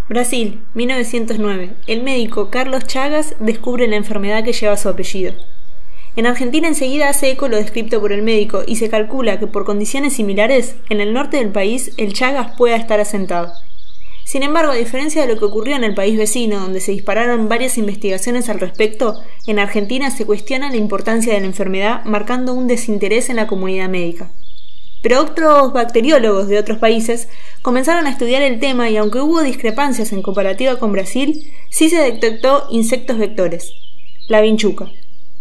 Brasil, 1909. El médico Carlos Chagas descubre la enfermedad que lleva su apellido. En Argentina enseguida hace eco lo descrito por el médico y se calcula que por condiciones similares, en el norte del país el Chagas pueda estar asentado. Sin embargo, a diferencia de lo que ocurrió en el país vecino, donde se dispararon varias investigaciones al respecto, en Argentina se cuestiona la importancia de la enfermedad, marcando un desinterés en la comunidad médica. Pero otros bacteriólogos de otros países comenzaron a estudiar el tema y aunque hubo discrepancias en comparativa con Brasil, sí se detectó insectos vectores, la vinchuca.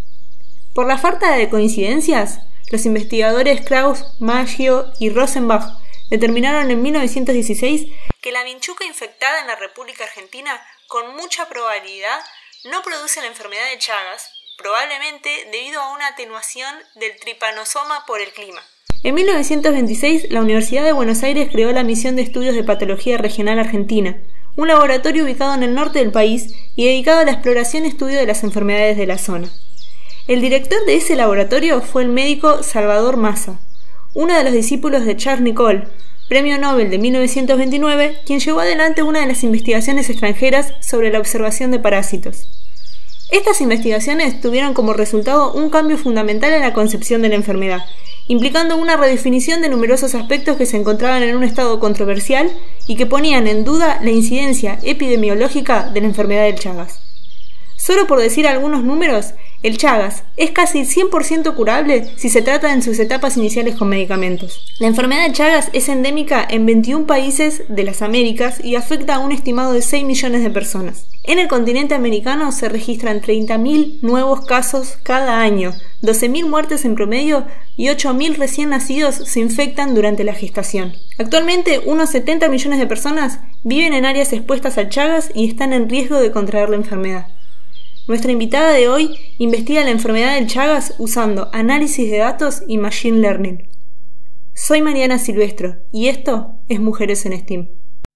Por la falta de coincidencias, los investigadores Krauss, Maggio y Rosenbach determinaron en 1916 que la vinchuca infectada en la República Argentina con mucha probabilidad no produce la enfermedad de Chagas, probablemente debido a una atenuación del tripanosoma por el clima. En 1926, la Universidad de Buenos Aires creó la Misión de Estudios de Patología Regional Argentina, un laboratorio ubicado en el norte del país y dedicado a la exploración y estudio de las enfermedades de la zona. El director de ese laboratorio fue el médico Salvador Massa, uno de los discípulos de Charles Nicolle, Premio Nobel de 1929, quien llevó adelante una de las investigaciones extranjeras sobre la observación de parásitos. Estas investigaciones tuvieron como resultado un cambio fundamental en la concepción de la enfermedad, implicando una redefinición de numerosos aspectos que se encontraban en un estado controversial y que ponían en duda la incidencia epidemiológica de la enfermedad del Chagas. Solo por decir algunos números, el Chagas es casi 100% curable si se trata en sus etapas iniciales con medicamentos. La enfermedad de Chagas es endémica en 21 países de las Américas y afecta a un estimado de 6 millones de personas. En el continente americano se registran 30.000 nuevos casos cada año, 12.000 muertes en promedio y 8.000 recién nacidos se infectan durante la gestación. Actualmente, unos 70 millones de personas viven en áreas expuestas al Chagas y están en riesgo de contraer la enfermedad. Nuestra invitada de hoy investiga la enfermedad del Chagas usando análisis de datos y machine learning. Soy Mariana Silvestro y esto es Mujeres en STEAM.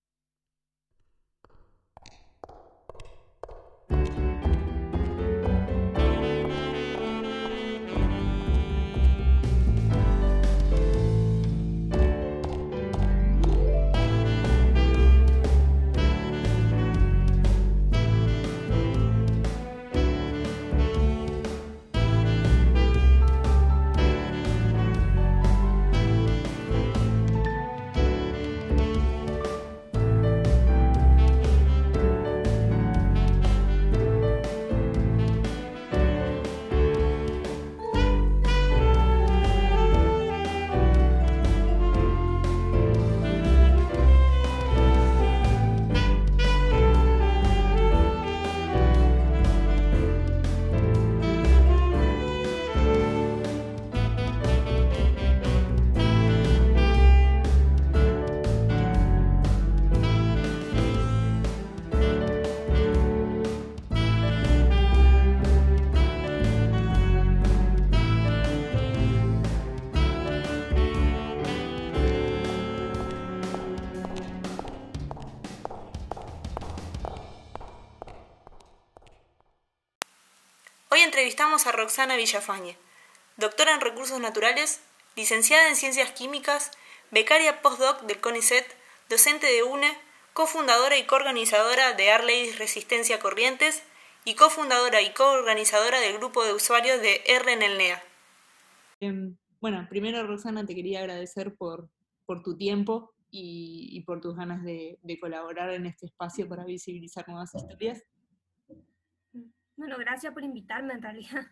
Hoy entrevistamos a Roxana Villafañe, doctora en Recursos Naturales, licenciada en Ciencias Químicas, becaria postdoc del CONICET, docente de UNE, cofundadora y coorganizadora de R-Ladies Resistencia Corrientes y cofundadora y coorganizadora del grupo de usuarios de R en el NEA. Bueno, primero Roxana te quería agradecer por tu tiempo y por tus ganas de colaborar en este espacio para visibilizar nuevas historias. Bueno, gracias por invitarme en realidad.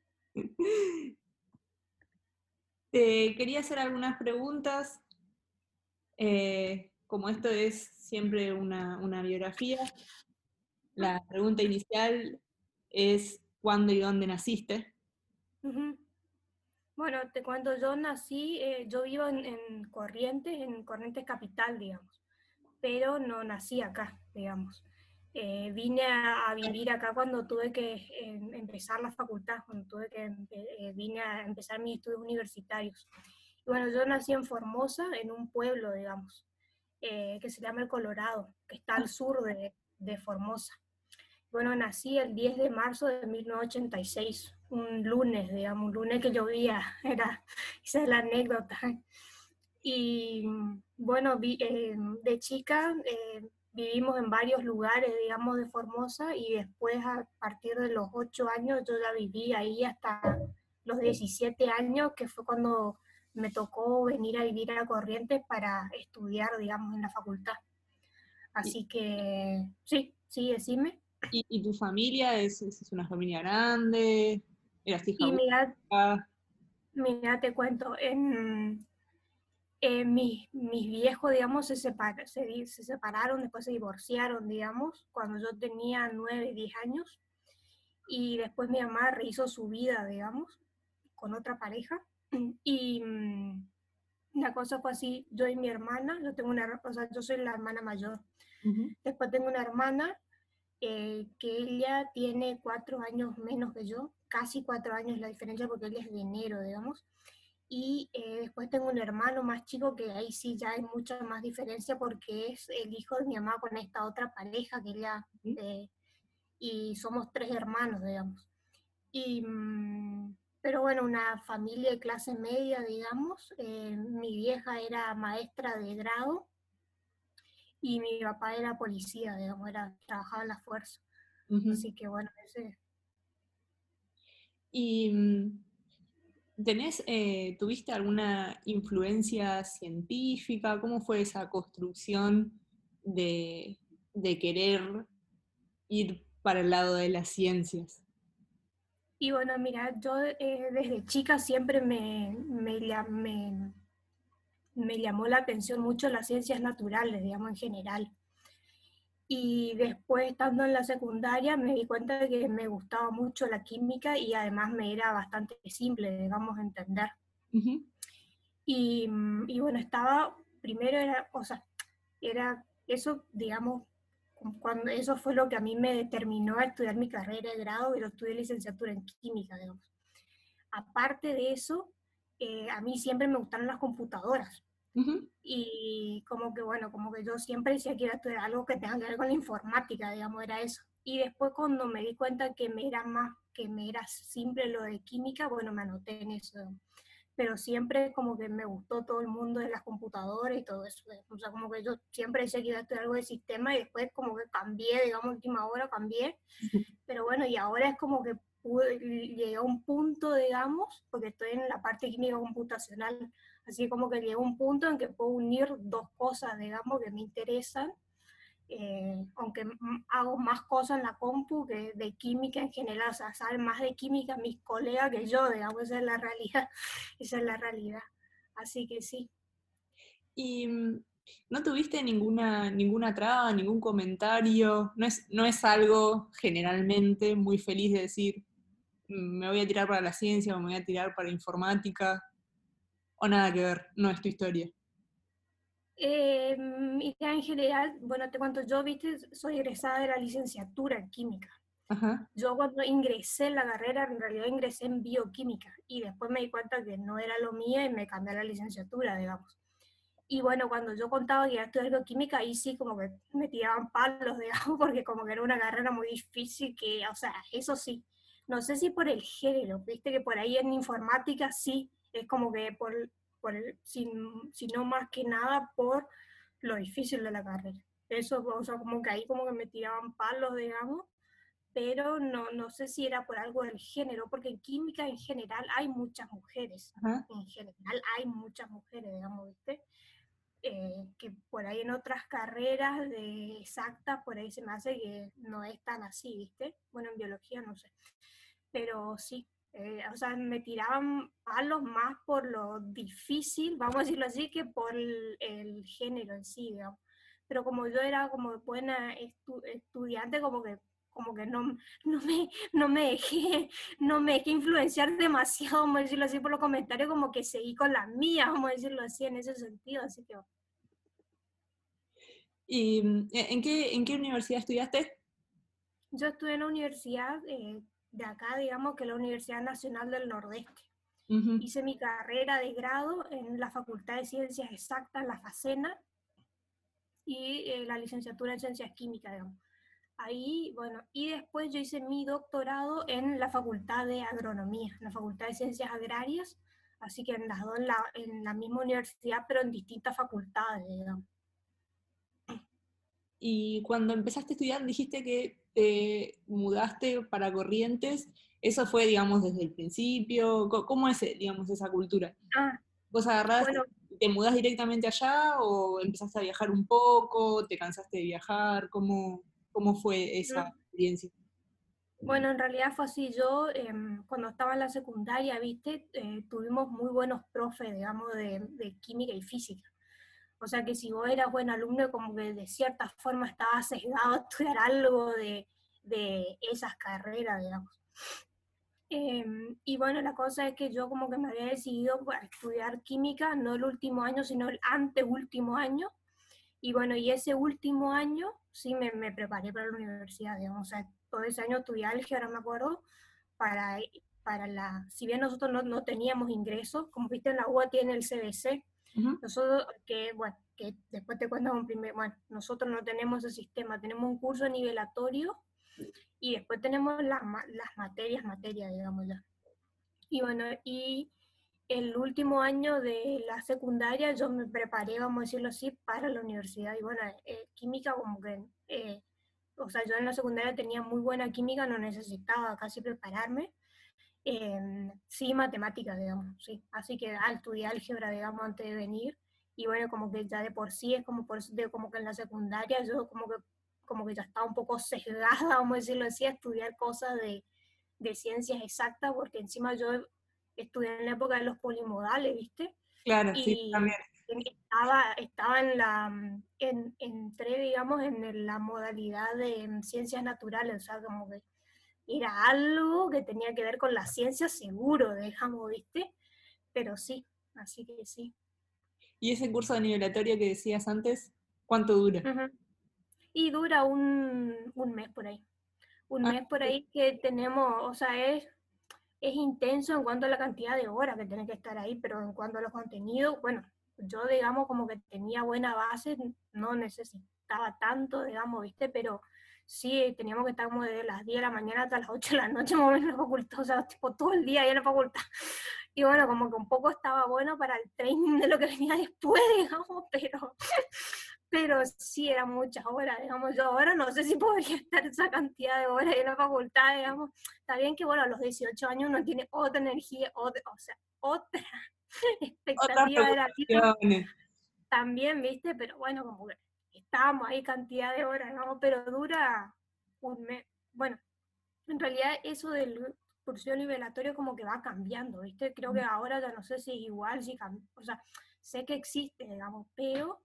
Te quería hacer algunas preguntas. Como esto es siempre una biografía, la pregunta inicial es ¿cuándo y dónde naciste? Bueno, te cuento, yo nací, yo vivo en Corrientes capital, digamos, pero no nací acá, digamos. Vine a vivir acá cuando tuve que empezar la facultad, vine a empezar mis estudios universitarios. Y bueno, yo nací en Formosa, en un pueblo, digamos, que se llama El Colorado, que está al sur de Formosa. Bueno, nací el 10 de marzo de 1986, un lunes, digamos, un lunes que llovía, esa es la anécdota. Y bueno, de chica vivimos en varios lugares, digamos, de Formosa, y después a partir de los 8 años yo ya viví ahí hasta los 17 años, que fue cuando me tocó venir a vivir a Corrientes para estudiar, digamos, en la facultad. ¿Y, Así que sí, sí, decime. y tu familia es una familia grande? ¿Eras hija Y única? mira, te cuento, mis viejos, digamos, se separaron, después se divorciaron, digamos, cuando yo tenía 9 10 años, y después mi mamá rehizo su vida, digamos, con otra pareja, y la cosa fue así, yo y mi hermana, o sea, yo soy la hermana mayor, Ujú. después tengo una hermana que ella tiene 4 años menos que yo, casi 4 años la diferencia porque ella es de enero, digamos. Y después tengo un hermano más chico que ahí sí ya hay mucha más diferencia porque es el hijo de mi mamá con esta otra pareja que ella, Ujú. y somos 3 hermanos, digamos. Y, pero bueno, una familia de clase media, digamos. Mi vieja era maestra de grado y mi papá era policía, digamos, trabajaba en la fuerza. Ujú. Así que bueno, ese. ¿Y tuviste alguna influencia científica? ¿Cómo fue esa construcción de, de querer ir para el lado de las ciencias? Y bueno, mira, yo desde chica siempre me llamó la atención mucho las ciencias naturales, digamos, en general. Y después, estando en la secundaria, me di cuenta de que me gustaba mucho la química y además me era bastante simple, digamos, entender. Ujú. Y bueno, primero era, o sea, era eso, digamos, cuando eso fue lo que a mí me determinó a estudiar mi carrera de grado, y yo estudié licenciatura en química, digamos. Aparte de eso, a mí siempre me gustaron las computadoras. Ujú. Y como que, bueno, como que yo siempre decía que iba a estudiar algo que tenga que ver con la informática, digamos, era eso. Y después cuando me di cuenta que me era simple lo de química, bueno, me anoté en eso. Pero siempre como que me gustó todo el mundo de las computadoras y todo eso. O sea, como que yo siempre decía que iba a estudiar algo de sistema y después como que cambié, digamos, última hora cambié. Pero bueno, y ahora es como que llegué a un punto, digamos, porque estoy en la parte química computacional, así como que llegué a un punto en que puedo unir dos cosas, digamos, que me interesan, aunque hago más cosas en la compu que de química en general, o sea, saben más de química mis colegas que yo, digamos, esa es la realidad, esa es la realidad. Así que sí. ¿Y no tuviste ninguna traba, ningún comentario? No es algo generalmente muy feliz de decir, me voy a tirar para la ciencia o me voy a tirar para informática, o nada que ver, no es tu historia. Mira, en general, bueno, te cuento, yo, viste, soy egresada de la licenciatura en química. Ajá. Yo cuando ingresé en la carrera, en realidad ingresé en bioquímica y después me di cuenta que no era lo mío y me cambié a la licenciatura, digamos. Y bueno, cuando yo contaba que iba a estudiar bioquímica, ahí sí como que me tiraban palos, digamos, porque como que era una carrera muy difícil que, o sea, eso sí, no sé si por el género, viste que por ahí en informática sí, es como que sino más que nada por lo difícil de la carrera. Eso, o sea, como que ahí como que me tiraban palos, digamos, pero no sé si era por algo del género, porque en química en general hay muchas mujeres, Ajá. en general hay muchas mujeres, digamos, ¿viste? Que por ahí en otras carreras de exactas, por ahí se me hace que no es tan así, ¿viste? Bueno, en biología no sé, pero sí. O sea, me tiraban palos más por lo difícil, vamos a decirlo así, que por el género en sí, digamos. Pero como yo era como buena estudiante, como que no me dejé influenciar demasiado, vamos a decirlo así, por los comentarios, como que seguí con la mía, vamos a decirlo así, en ese sentido, así que ¿Y en qué universidad estudiaste? yo estudié en la universidad de acá, digamos, que es la Universidad Nacional del Nordeste. Ujú. Hice mi carrera de grado en la Facultad de Ciencias Exactas, la FACENA, y la licenciatura en Ciencias Químicas, digamos. Ahí, bueno, y después yo hice mi doctorado en la Facultad de Agronomía, en la Facultad de Ciencias Agrarias, así que en las dos, en la misma universidad, pero en distintas facultades, digamos. Y cuando empezaste a estudiar, dijiste que te mudaste para Corrientes. ¿Eso fue, digamos, desde el principio? ¿Cómo es, digamos, esa cultura? Ah, ¿Vos agarrás, bueno, te mudás directamente allá o empezaste a viajar un poco? ¿Te cansaste de viajar? ¿Cómo fue esa mm, experiencia? bueno, en realidad fue así. Yo, cuando estaba en la secundaria, viste, tuvimos muy buenos profes, digamos, de química y física. O sea que si vos eras buen alumno, como que de cierta forma estabas sesgado a estudiar algo de esas carreras, digamos. Y bueno, la cosa es que yo como que me había decidido para estudiar química, no el último año, sino el anteúltimo año. Y bueno, y ese último año sí me preparé para la universidad, digamos. O sea, todo ese año estudié álgebra, me acuerdo, para, para la... Si bien nosotros no teníamos ingresos, como viste en la UBA tiene el CBC, Ujú. nosotros, que bueno, que después te cuento un primer... Bueno, nosotros no tenemos ese sistema, tenemos un curso nivelatorio y después tenemos las materias, digamos ya. Y bueno, y el último año de la secundaria yo me preparé, vamos a decirlo así, para la universidad. Y bueno, química como que, o sea, yo en la secundaria tenía muy buena química, no necesitaba casi prepararme. Sí, matemáticas, digamos, sí. Así que estudié álgebra, digamos, antes de venir. Y bueno, como que ya de por sí es como, como que en la secundaria yo como que ya estaba un poco sesgada, vamos a decirlo así, a estudiar cosas de ciencias exactas, porque encima yo estudié en la época de los polimodales, ¿viste? Claro, sí, Y también. estaba entré, digamos, en la modalidad de ciencias naturales, o sea, como que era algo que tenía que ver con la ciencia seguro, digamos, ¿viste? Pero sí, así que sí. ¿Y ese curso de nivelatorio que decías antes, cuánto dura? Ujú. Y dura un mes por ahí. Un Ah, mes por ahí que tenemos, o sea, es intenso en cuanto a la cantidad de horas que tiene que estar ahí, pero en cuanto a los contenidos, bueno, yo digamos como que tenía buena base, no necesitaba tanto, digamos, ¿viste? Pero sí teníamos que estar como desde las 10 de la mañana hasta las 8 de la noche, más o menos en la facultad, o sea, tipo todo el día ahí en la facultad. Y bueno, como que un poco estaba bueno para el training de lo que venía después, digamos, pero sí eran muchas horas, digamos, yo ahora no sé si podría estar esa cantidad de horas en la facultad, digamos. Está bien que, bueno, a los 18 años uno tiene otra energía, o sea, otra otras expectativa de la vida preocupaciones. también, ¿viste? Pero bueno, como que estábamos ahí cantidad de horas, ¿no? Pero dura un mes. Bueno, en realidad eso del curso nivelatorio como que va cambiando, ¿viste? Creo que ahora ya no sé si es igual, si o sea, sé que existe, digamos, pero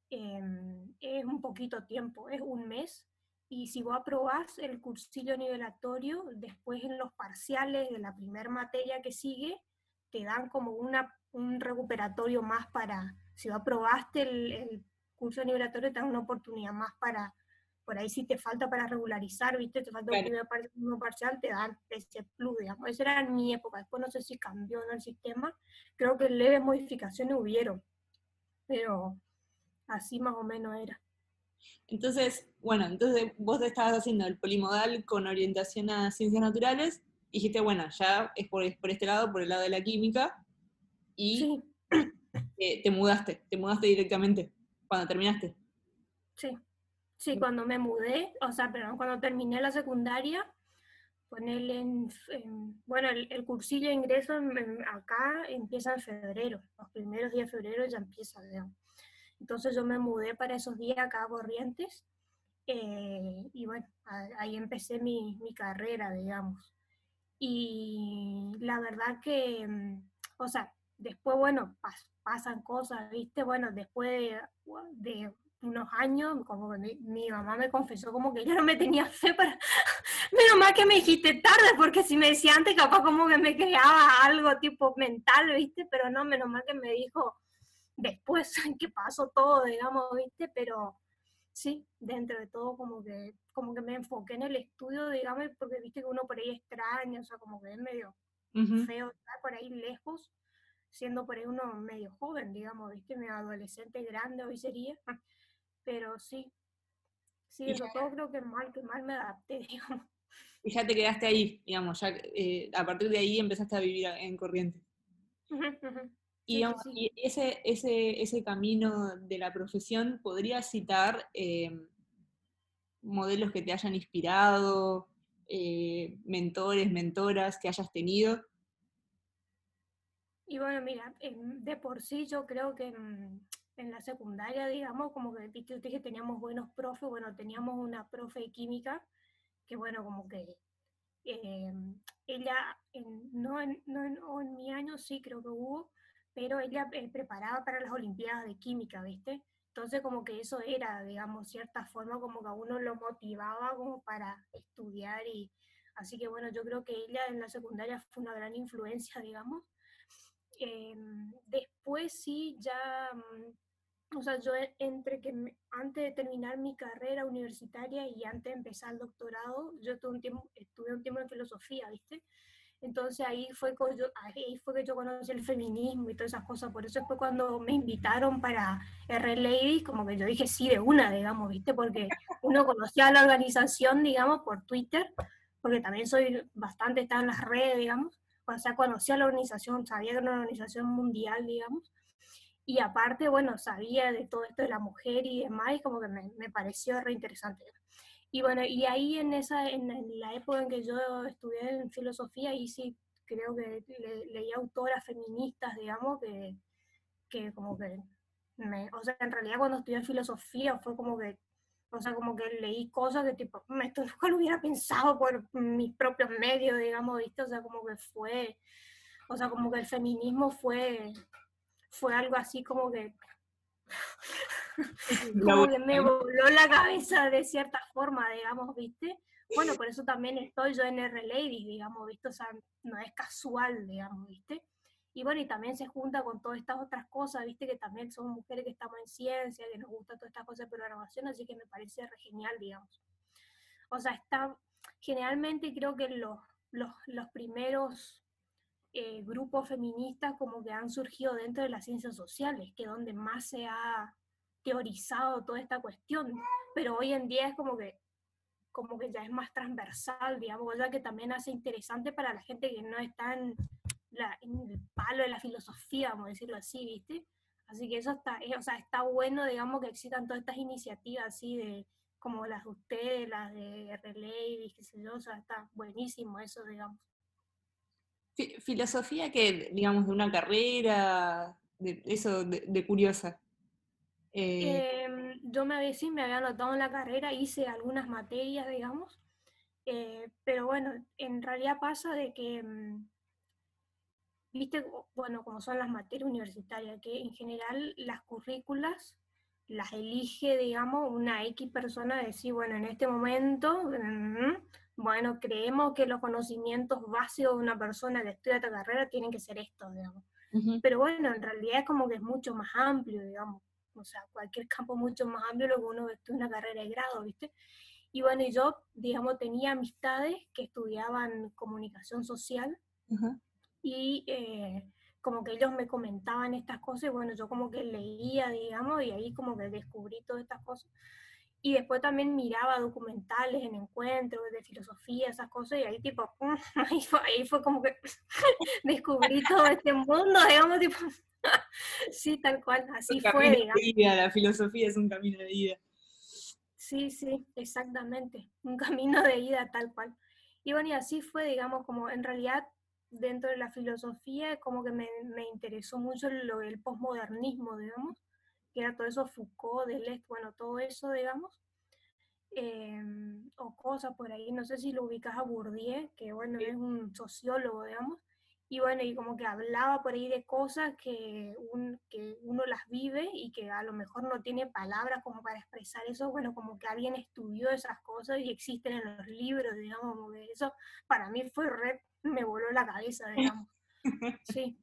es un poquito tiempo, es un mes. Y si vos aprobás el cursillo nivelatorio, después en los parciales de la primera materia que sigue, te dan como un recuperatorio más para, si vos aprobaste el curso nivelatorio, te dan una oportunidad más para, por ahí si te falta para regularizar, ¿viste? Te falta un Claro. primer uno parcial, te dan ese plus, digamos. Esa era en mi época, después no sé si cambió en el sistema, creo que leves modificaciones hubieron, pero así más o menos era. Entonces, bueno, entonces vos estabas haciendo el polimodal con orientación a ciencias naturales, y dijiste, bueno, ya es por este lado, por el lado de la química, y Sí, te mudaste directamente cuando terminaste. sí, sí, cuando me mudé, o sea, perdón, cuando terminé la secundaria, ponerle bueno, el cursillo de ingreso acá empieza en febrero, los primeros días de febrero ya empieza, digamos. Entonces yo me mudé para esos días acá a Corrientes, y bueno, ahí empecé mi carrera, digamos. Y la verdad que, o sea, después, bueno, pasan cosas, ¿viste? Bueno, después de unos años, como que mi mamá me confesó como que ella no me tenía fe para... Menos mal que me dijiste tarde, porque si me decía antes, capaz como que me creaba algo tipo mental, ¿viste? Pero no, menos mal que me dijo después que pasó todo, digamos, ¿viste? Pero sí, dentro de todo como que me enfoqué en el estudio, digamos, porque viste que uno por ahí extraña, o sea, como que es medio Ujú. feo estar por ahí lejos, siendo por ahí uno medio joven, digamos, viste, medio adolescente grande hoy sería, pero sí, sí, Y eso todo creo que mal me adapté, digamos. y ya te quedaste ahí, digamos, ya a partir de ahí empezaste a vivir en Corrientes. Y, Sí, sí, digamos, sí. y ese camino de la profesión, ¿podrías citar modelos que te hayan inspirado, mentores, mentoras que hayas tenido? Y bueno, mira, de por sí yo creo que en la secundaria, digamos, como que viste usted que teníamos buenos profes, bueno, teníamos una profe de química que bueno, como que eh, ella, o en mi año sí creo que hubo, pero ella preparaba para las Olimpiadas de Química, ¿viste? Entonces como que eso era, digamos, cierta forma como que a uno lo motivaba como para estudiar y así que bueno, yo creo que ella en la secundaria fue una gran influencia, digamos. Después sí, ya, o sea, yo entre antes de terminar mi carrera universitaria y antes de empezar el doctorado, yo estuve un tiempo en filosofía, ¿viste? Entonces ahí fue que yo conocí el feminismo y todas esas cosas. Por eso fue cuando me invitaron para R Ladies, como que yo dije sí de una, digamos, ¿viste? Porque uno conocía a la organización, digamos, por Twitter, porque también soy bastante, estaba en las redes, digamos. O sea, conocía a la organización, sabía que era una organización mundial, digamos. Y aparte, bueno, sabía de todo esto de la mujer y demás, y como que me pareció re interesante. Y bueno, y ahí en la época en que yo estudié en filosofía, ahí sí creo que leí autoras feministas, digamos, que como que o sea, en realidad cuando estudié filosofía fue como que, o sea, como que leí cosas que tipo, esto nunca lo hubiera pensado por mis propios medios, digamos, ¿viste? O sea, como que o sea, como que el feminismo fue algo así como que La como que me buena, voló la cabeza de cierta forma, digamos, ¿viste? Bueno, por eso también estoy yo en R Ladies, digamos, ¿viste? O sea, no es casual, digamos, ¿viste? Y bueno, y también se junta con todas estas otras cosas, ¿viste? Que también somos mujeres que estamos en ciencia, que nos gusta todas estas cosas de programación, así que me parece re genial, digamos. O sea, generalmente creo que los primeros grupos feministas como que han surgido dentro de las ciencias sociales, que es donde más se ha teorizado toda esta cuestión, pero hoy en día es como que ya es más transversal, digamos, ya que también hace interesante para la gente que no está en el palo de la filosofía, vamos a decirlo así, ¿viste? Así que eso o sea, está bueno, digamos, que existan todas estas iniciativas así de como las de ustedes, las de R-Ladies, qué sé yo, o sea, está buenísimo eso, digamos. Filosofía que, digamos, de una carrera, de eso, de curiosa. Eh, Sí, me había anotado en la carrera, hice algunas materias, digamos, pero bueno, en realidad pasa de que, viste, bueno, como son las materias universitarias, que en general las currículas las elige, digamos, una X persona, de decir, bueno, en este momento, bueno, creemos que los conocimientos básicos de una persona que estudia esta carrera tienen que ser estos, digamos. Ujú. Pero bueno, en realidad es como que es mucho más amplio, digamos. O sea, cualquier campo mucho más amplio de lo que uno estudia una carrera de grado, ¿viste? Y bueno, y yo, digamos, tenía amistades que estudiaban comunicación social Ajá. y como que ellos me comentaban estas cosas y bueno, yo como que leía, digamos, y ahí como que descubrí todas estas cosas. Y después también miraba documentales en encuentros de filosofía, esas cosas, y ahí tipo, ahí fue como que descubrí todo este mundo, digamos, tipo, sí, tal cual, Un así fue, camino de digamos. vida, la filosofía es un camino de vida. Sí, sí, exactamente, un camino de ida tal cual. Y bueno, y así fue, digamos, como en realidad dentro de la filosofía, como que me interesó mucho el posmodernismo, digamos, que era todo eso Foucault, Deleuze, bueno, todo eso, digamos, eh, o cosas por ahí, no sé si lo ubicas a Bourdieu, que bueno, es un sociólogo, digamos, y bueno, y como que hablaba por ahí de cosas que uno las vive y que a lo mejor no tiene palabras como para expresar eso, bueno, como que alguien estudió esas cosas y existen en los libros, digamos, como que eso para mí me voló la cabeza, digamos, sí,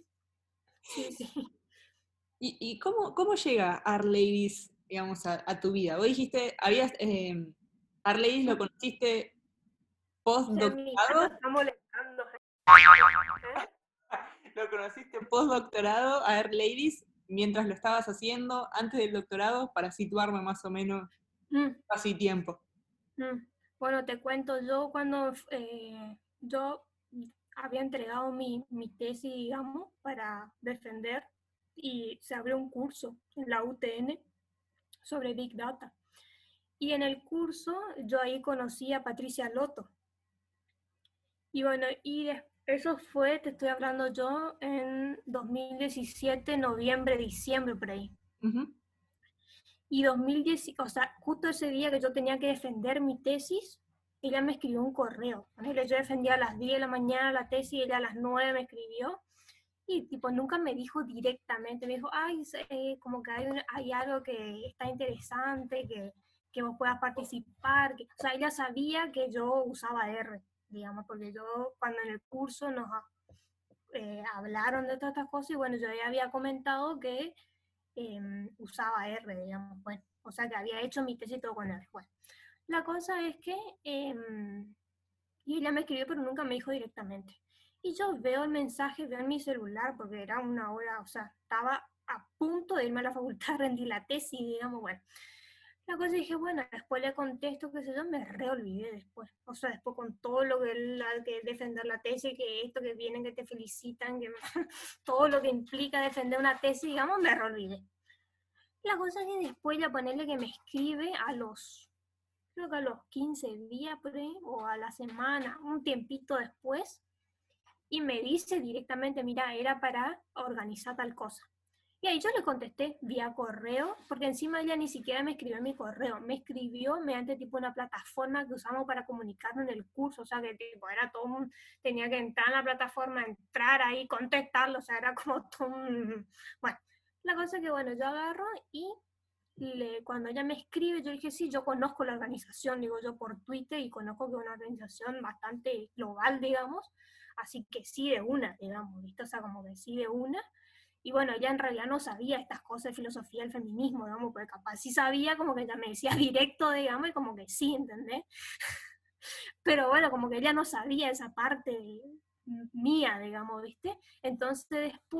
sí, sí. ¿Y cómo llega Arleidis, digamos, a tu vida? Vos dijiste, Arleidis lo conociste Mi gato postdoctorado, está molestando. ¿Eh? lo conociste postdoctorado a Arleidis mientras lo estabas haciendo, antes del doctorado, para situarme más o menos Mm. casi tiempo. Bueno, te cuento, yo cuando yo había entregado mi tesis, digamos, para defender y se abrió un curso en la UTN sobre Big Data. Y en el curso yo ahí conocí a Patricia Loto. Y bueno, eso fue, te estoy hablando yo, en 2017, noviembre, diciembre, por ahí. Ujú. Y 2010, o sea, justo ese día que yo tenía que defender mi tesis, ella me escribió un correo. Ponele, yo defendía a las 10 de la mañana la tesis, ella a las 9 me escribió. Y tipo, nunca me dijo directamente, me dijo, ay, como que hay algo que está interesante, que vos puedas participar. O sea, ella sabía que yo usaba R, digamos, porque yo cuando en el curso nos hablaron de todas estas cosas, y bueno, yo ya había comentado que usaba R, digamos, bueno, o sea, que había hecho mi tesis todo con R. Bueno, la cosa es que, y ella me escribió, pero nunca me dijo directamente. Y yo veo el mensaje, veo en mi celular, porque era una hora, o sea, estaba a punto de irme a la facultad a rendir la tesis, digamos, bueno. La cosa dije, bueno, después le contesto, qué sé yo, me reolvidé después. O sea, después con todo lo que defender la tesis, que esto, que vienen, que te felicitan, que todo lo que implica defender una tesis, digamos, me reolvidé. La cosa es que después ya ponerle que me escribe creo que a los 15 días por ahí, o a la semana, un tiempito después, y me dice directamente, mira, era para organizar tal cosa. Y ahí yo le contesté vía correo, porque encima ella ni siquiera me escribió en mi correo, me escribió mediante tipo una plataforma que usamos para comunicarnos en el curso, o sea que tipo era todo tenía que entrar en la plataforma, entrar ahí, contestarlo, o sea, era como todo un... Bueno, la cosa es que bueno, yo agarro y cuando ella me escribe, yo dije, sí, yo conozco la organización, digo yo por Twitter, y conozco que es una organización bastante global, digamos, así que sí de una, digamos, ¿viste? O sea, como que sí de una. Y bueno, ella en realidad no sabía estas cosas de filosofía del feminismo, digamos, porque capaz sí sabía, como que ella me decía directo, digamos, y como que sí, ¿entendés? Pero bueno, como que ella no sabía esa parte mía, digamos, ¿viste? Entonces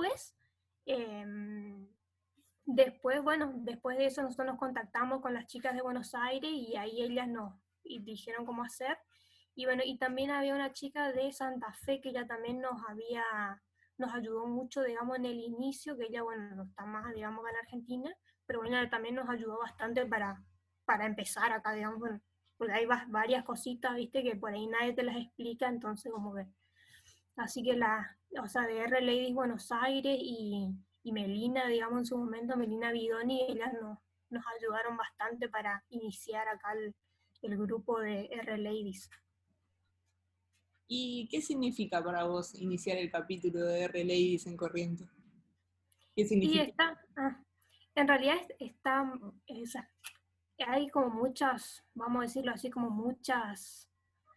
después, bueno, después de eso nosotros nos contactamos con las chicas de Buenos Aires y ahí ellas nos y dijeron cómo hacer. Y bueno, y también había una chica de Santa Fe que ella también nos ayudó mucho, digamos, en el inicio, que ella, bueno, no está más, digamos, en Argentina, pero bueno, ella también nos ayudó bastante para empezar acá, digamos, bueno, porque hay varias cositas, viste, que por ahí nadie te las explica, entonces como que, así que o sea, de R Ladies Buenos Aires y Melina, digamos, en su momento, Melina Bidoni, ellas nos ayudaron bastante para iniciar acá el grupo de R Ladies. ¿Y qué significa para vos iniciar el capítulo de R Ladies en Corrientes? ¿Qué Y significa? en realidad hay como muchas, vamos a decirlo así, como muchas,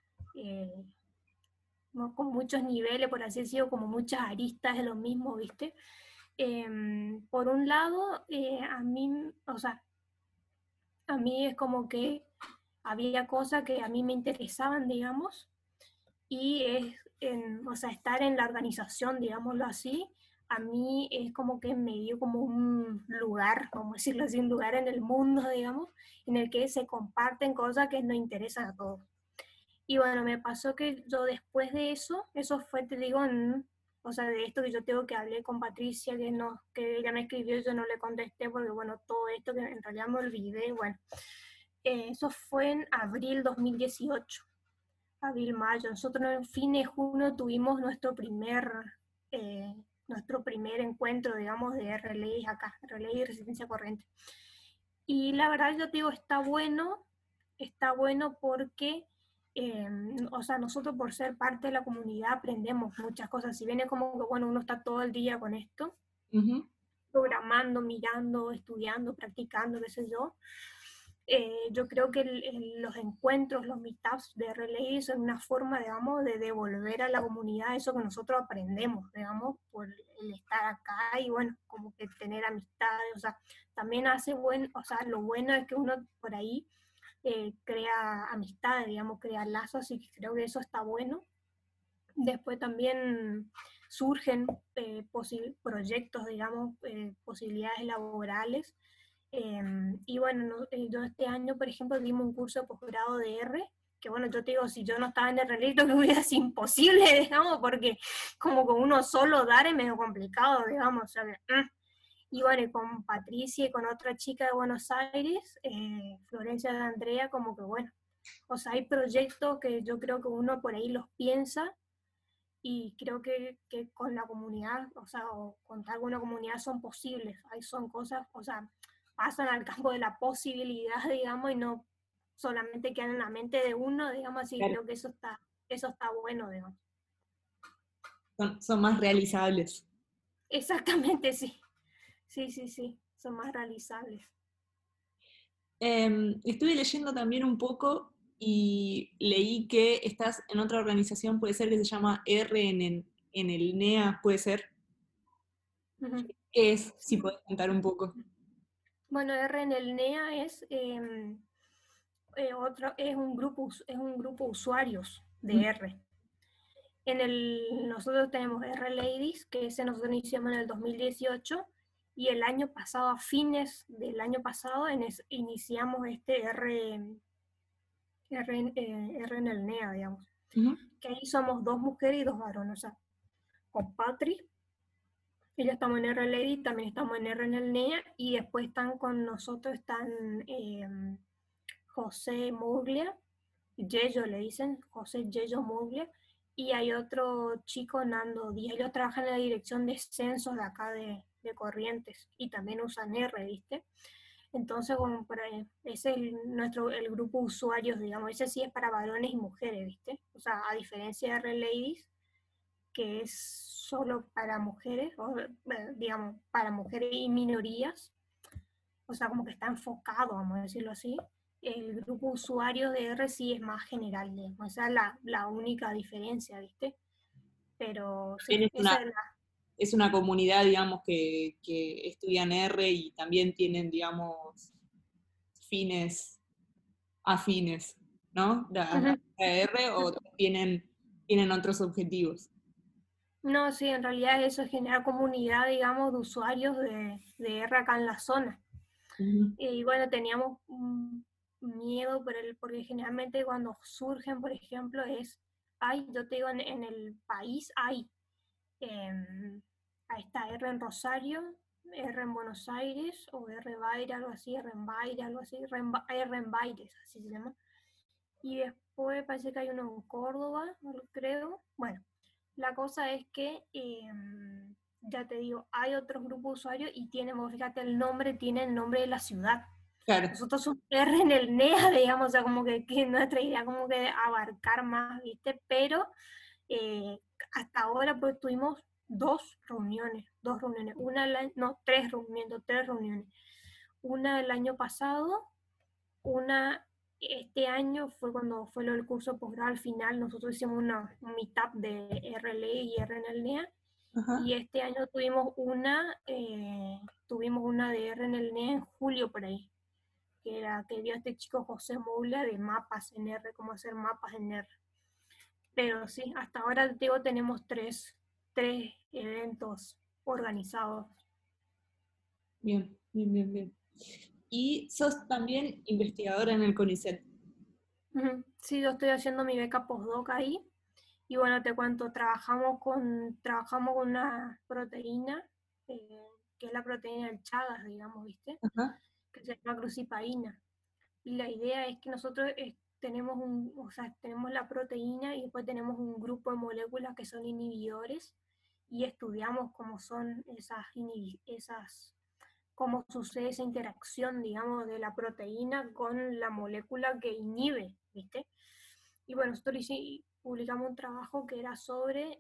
con muchos niveles, por así decirlo, como muchas aristas de lo mismo, ¿viste? Por un lado, o sea, a mí es como que había cosas que a mí me interesaban, digamos, y o sea, estar en la organización, digámoslo así, a mí es como que me dio como un lugar, vamos a decirlo así, un lugar en el mundo, digamos, en el que se comparten cosas que nos interesan a todos. Y bueno, me pasó que yo después de eso fue, te digo, o sea, de esto que yo tengo que hablé con Patricia, que ella me escribió y yo no le contesté, porque bueno, todo esto que en realidad me olvidé, bueno, eso fue en abril 2018, abril-mayo. Nosotros en fines de junio tuvimos nuestro primer encuentro, digamos, de RLI acá, RLI Resistencia Corriente. Y la verdad yo te digo, está bueno porque, o sea, nosotros por ser parte de la comunidad aprendemos muchas cosas. Si bien es como que, bueno, uno está todo el día con esto, programando, mirando, estudiando, practicando, qué sé yo creo que los encuentros, los meetups de RLI son una forma, digamos, de devolver a la comunidad eso que nosotros aprendemos, digamos, por el estar acá y, bueno, como que tener amistades, o sea, también o sea, lo bueno es que uno por ahí crea amistades, digamos, crea lazos, y creo que eso está bueno. Después también surgen proyectos, digamos, posibilidades laborales. Y bueno, yo este año, por ejemplo, dimos un curso de posgrado de R, que bueno, yo te digo, si yo no estaba en el relito, que hubiera sido imposible, digamos, porque como con uno solo dar es medio complicado, digamos, o sea, Y bueno, y con Patricia y con otra chica de Buenos Aires, Florencia de Andrea, como que bueno, o sea, hay proyectos que yo creo que uno por ahí los piensa y creo que con la comunidad, o sea, o contar con una comunidad son posibles, ahí son cosas, o sea, pasan al campo de la posibilidad, digamos, y no solamente quedan en la mente de uno, digamos así, Claro, creo que eso está bueno, digamos. son más realizables. Exactamente, sí. Sí, sí, sí, son más realizables. Estuve leyendo también un poco y leí que estás en otra organización, puede ser que se llama R en el NEA, puede ser. Ujú. ¿Qué es? Si Sí. podés contar un poco. Bueno, R en el NEA es un grupo usuarios Mm. de R. Nosotros tenemos R Ladies, que ese nosotros iniciamos en el 2018, y el año pasado, a fines del año pasado, iniciamos este R en el NEA, digamos. Ujú. Que ahí somos 2 mujeres y 2 varones. O sea, con Patri, ella estamos en R Lady, también estamos en R en el NEA, y después están con nosotros, están José Muglia, Yello le dicen, José Yello Muglia, y hay otro chico, Nando Díaz, ellos trabajan en la dirección de censos de acá de Corrientes, y también usan R, ¿viste? Entonces, como ese es el grupo de usuarios, digamos, ese sí es para varones y mujeres, ¿viste? O sea, a diferencia de R Ladies, que es solo para mujeres, o, digamos, para mujeres y minorías, o sea, como que está enfocado, vamos a decirlo así. El grupo usuario de R sí es más general, digamos. Esa es la única diferencia, ¿viste? Pero sí, También esa es es una comunidad, digamos, que estudian R y también tienen, digamos, fines afines, ¿no? la... La R o tienen otros objetivos. No, sí, en realidad eso es generar comunidad, digamos, de usuarios de R acá en la zona. Ujú. Y bueno, teníamos miedo porque generalmente cuando surgen, por ejemplo, yo te digo, en el país eh, ahí está R en Rosario, R en Buenos Aires, o R Baire, algo así, R en Baire, algo así, R en Baires, así se llama. Y después parece que hay uno en Córdoba, creo. Bueno, la cosa es que, ya te digo, hay otros grupos de usuarios y fíjate, tiene el nombre de la ciudad. Claro. Nosotros somos R en el NEA, digamos, o sea, como que nuestra idea como que de abarcar más, ¿viste? Pero eh, hasta ahora pues tuvimos dos reuniones, no, tres reuniones. Una el año pasado, una este año fue cuando fue lo del curso de posgrado al final, nosotros hicimos un meetup de RLE y R en el NEA, Ajá. y este año tuvimos una de R en el NEA en julio por ahí, que dio este chico José Moula de mapas en R, cómo hacer mapas en R. Pero sí, hasta ahora digo, tenemos tres eventos organizados. Bien, bien, bien, bien. Y sos también investigadora en el CONICET. Sí, yo estoy haciendo mi beca postdoc ahí. Y bueno, te cuento, trabajamos con una proteína, que es la proteína del Chagas, digamos, ¿viste? Ajá. Que se llama crucipaína. Y la idea es que nosotros tenemos la proteína y después tenemos un grupo de moléculas que son inhibidores y estudiamos cómo sucede esa interacción, digamos, de la proteína con la molécula que inhibe, ¿viste? Y bueno, nosotros publicamos un trabajo que era sobre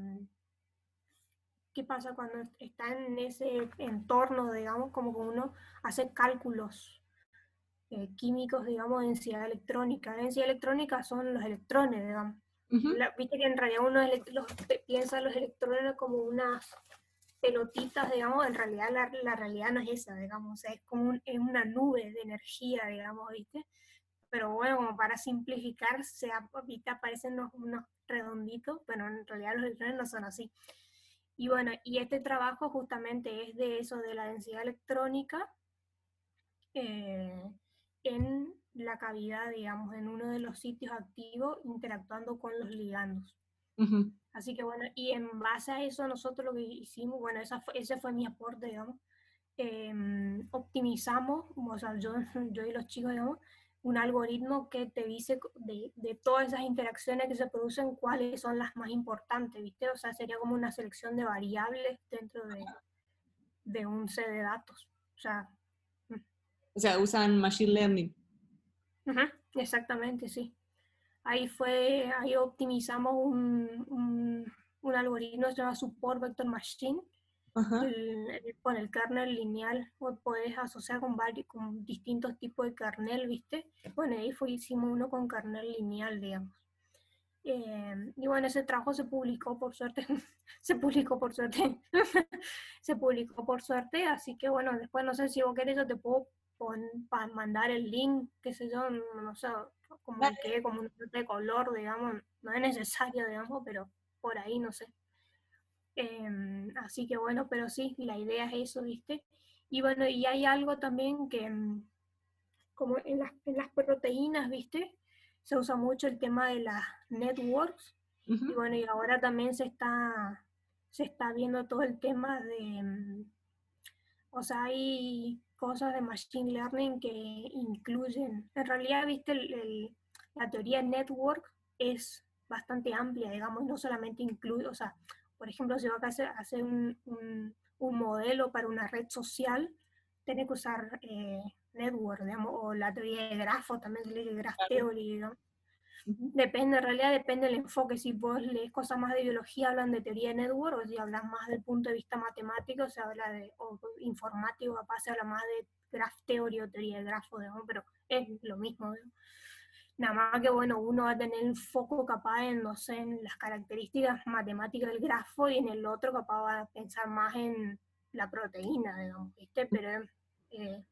qué pasa cuando está en ese entorno, digamos, como que uno hace cálculos químicos, digamos, de densidad electrónica. La densidad electrónica son los electrones, digamos. Ujú. Viste que en realidad uno piensa los electrones como unas pelotitas, digamos, en realidad la realidad no es esa, digamos, o sea, es una nube de energía, digamos, ¿viste? Pero bueno, como para simplificar, ahorita aparecen unos redonditos, pero en realidad los electrones no son así. Y bueno, y este trabajo justamente es de eso, de la densidad electrónica eh, en la cavidad, digamos, en uno de los sitios activos interactuando con los ligandos. Ujú. Así que bueno, y en base a eso nosotros lo que hicimos, bueno, ese fue mi aporte, digamos, optimizamos, o sea, yo y los chicos, digamos, un algoritmo que te dice de todas esas interacciones que se producen, cuáles son las más importantes, ¿viste? O sea, sería como una selección de variables dentro de un set de datos. O sea, O sea, usan Machine Learning. ujú, exactamente, sí. Ahí optimizamos un algoritmo que se llama Support Vector Machine, Ajá. con el kernel lineal, vos podés asociar con distintos tipos de kernel, ¿viste? Bueno, hicimos uno con kernel lineal, digamos. Y bueno, ese trabajo se publicó por suerte, se publicó por suerte, se publicó por suerte, así que bueno, después no sé si vos querés, yo te puedo mandar el link, qué sé yo, no sé, como que Dale. quede como un de color, digamos, no es necesario, digamos, pero por ahí no sé. Así que bueno, pero sí, la idea es eso, ¿viste? Y bueno, y hay algo también que, como en las proteínas, ¿viste? Se usa mucho el tema de las networks. Y Ujú. bueno, y ahora también se está viendo todo el tema o sea, hay cosas de Machine Learning que incluyen, en realidad, ¿viste? La teoría network es bastante amplia, digamos, no solamente incluye, o sea, por ejemplo, si vas a hacer un modelo para una red social, tenés que usar network, digamos, o la teoría de grafo, también se le dice graph Claro. theory, digamos. Ujú. Depende, en realidad depende del enfoque. Si vos lees cosas más de biología, hablan de teoría de network, o si hablas más del punto de vista matemático, se habla o informático, capaz se habla más de graph theory o teoría de grafo, digamos, pero es lo mismo, digamos. Nada más que, bueno, uno va a tener el foco capaz en, no sé, en las características matemáticas del grafo, y en el otro capaz va a pensar más en la proteína, digamos, ¿viste? Pero eh,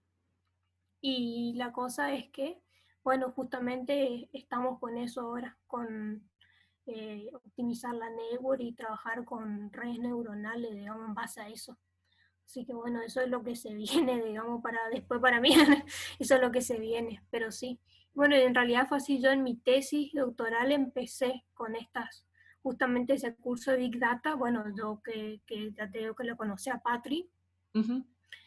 y la cosa es que, bueno, justamente estamos con eso ahora, con optimizar la network y trabajar con redes neuronales, digamos, en base a eso. Así que bueno, eso es lo que se viene, digamos, para después para mí, eso es lo que se viene, pero sí. Bueno, en realidad fue así, yo en mi tesis doctoral empecé con justamente ese curso de Big Data, bueno, yo que ya te digo que lo conocí a Patri, Ujú.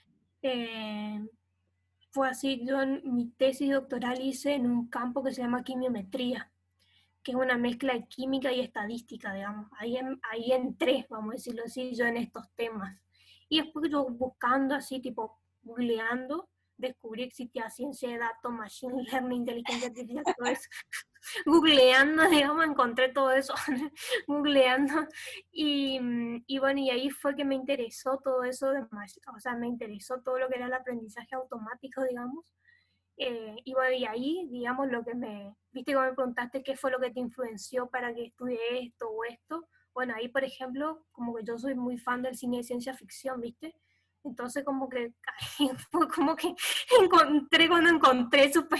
eh, fue así, yo en mi tesis doctoral hice en un campo que se llama quimiometría, que es una mezcla de química y estadística, digamos. Ahí entré, vamos a decirlo así, yo en estos temas. Y después yo buscando así, tipo, googleando, descubrí que existía ciencia de datos, machine learning, inteligencia artificial, todo eso. Googleando, digamos, encontré todo eso, googleando, y bueno, y ahí fue que me interesó todo eso, o sea, me interesó todo lo que era el aprendizaje automático, digamos, y bueno, y ahí, digamos, viste cuando me preguntaste qué fue lo que te influenció para que estudie esto o esto, bueno, ahí, por ejemplo, como que yo soy muy fan del cine de ciencia ficción, ¿viste? Entonces como que ahí fue como que cuando encontré super,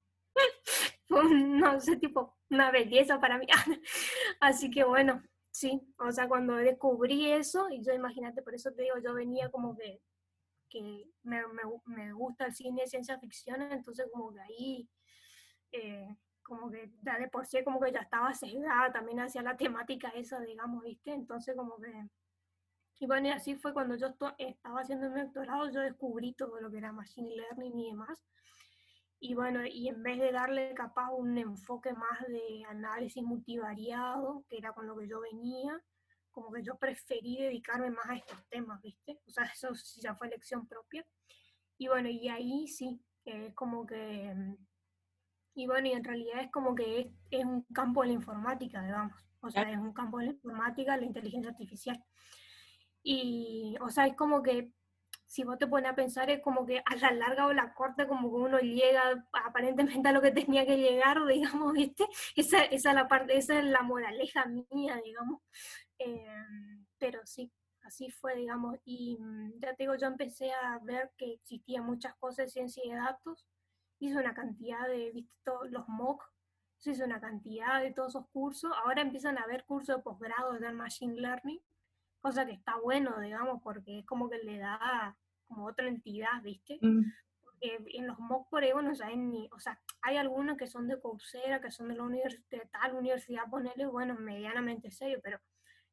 no sé, tipo, una belleza para mí. Así que bueno, sí, o sea, cuando descubrí eso, y yo imagínate, por eso te digo, yo venía como que me gusta el cine de ciencia ficción, entonces como que ahí, como que ya de por sí como que ya estaba sesgada también hacia la temática esa, digamos, ¿viste? Entonces como que, y bueno, y así fue cuando yo estaba haciendo mi doctorado, yo descubrí todo lo que era Machine Learning y demás. Y bueno, y en vez de darle capaz un enfoque más de análisis multivariado, que era con lo que yo venía, como que yo preferí dedicarme más a estos temas, ¿viste? O sea, eso sí ya fue elección propia. Y bueno, y ahí sí, es como que, y bueno, y en realidad es como que es un campo de la informática, digamos. O Claro. sea, es un campo de la informática, la inteligencia artificial. Y, o sea, es como que si vos te pones a pensar, es como que a la larga o la corta, como que uno llega aparentemente a lo que tenía que llegar, digamos, ¿viste? Esa es la parte, esa es la moraleja mía, digamos. Eh, pero sí, así fue, digamos. Y ya te digo, yo empecé a ver que existían muchas cosas de ciencia y de datos. Hice una cantidad de, ¿viste? Todos los MOOC, hice una cantidad de todos esos cursos. Ahora empiezan a haber cursos de posgrado de Machine Learning, cosa que está bueno, digamos, porque es como que le da como otra entidad, ¿viste? Mm. Porque en los MOOC por ahí no saben ni, o sea, hay algunos que son de Coursera, que son de la de tal universidad, ponerle, bueno, medianamente serio, pero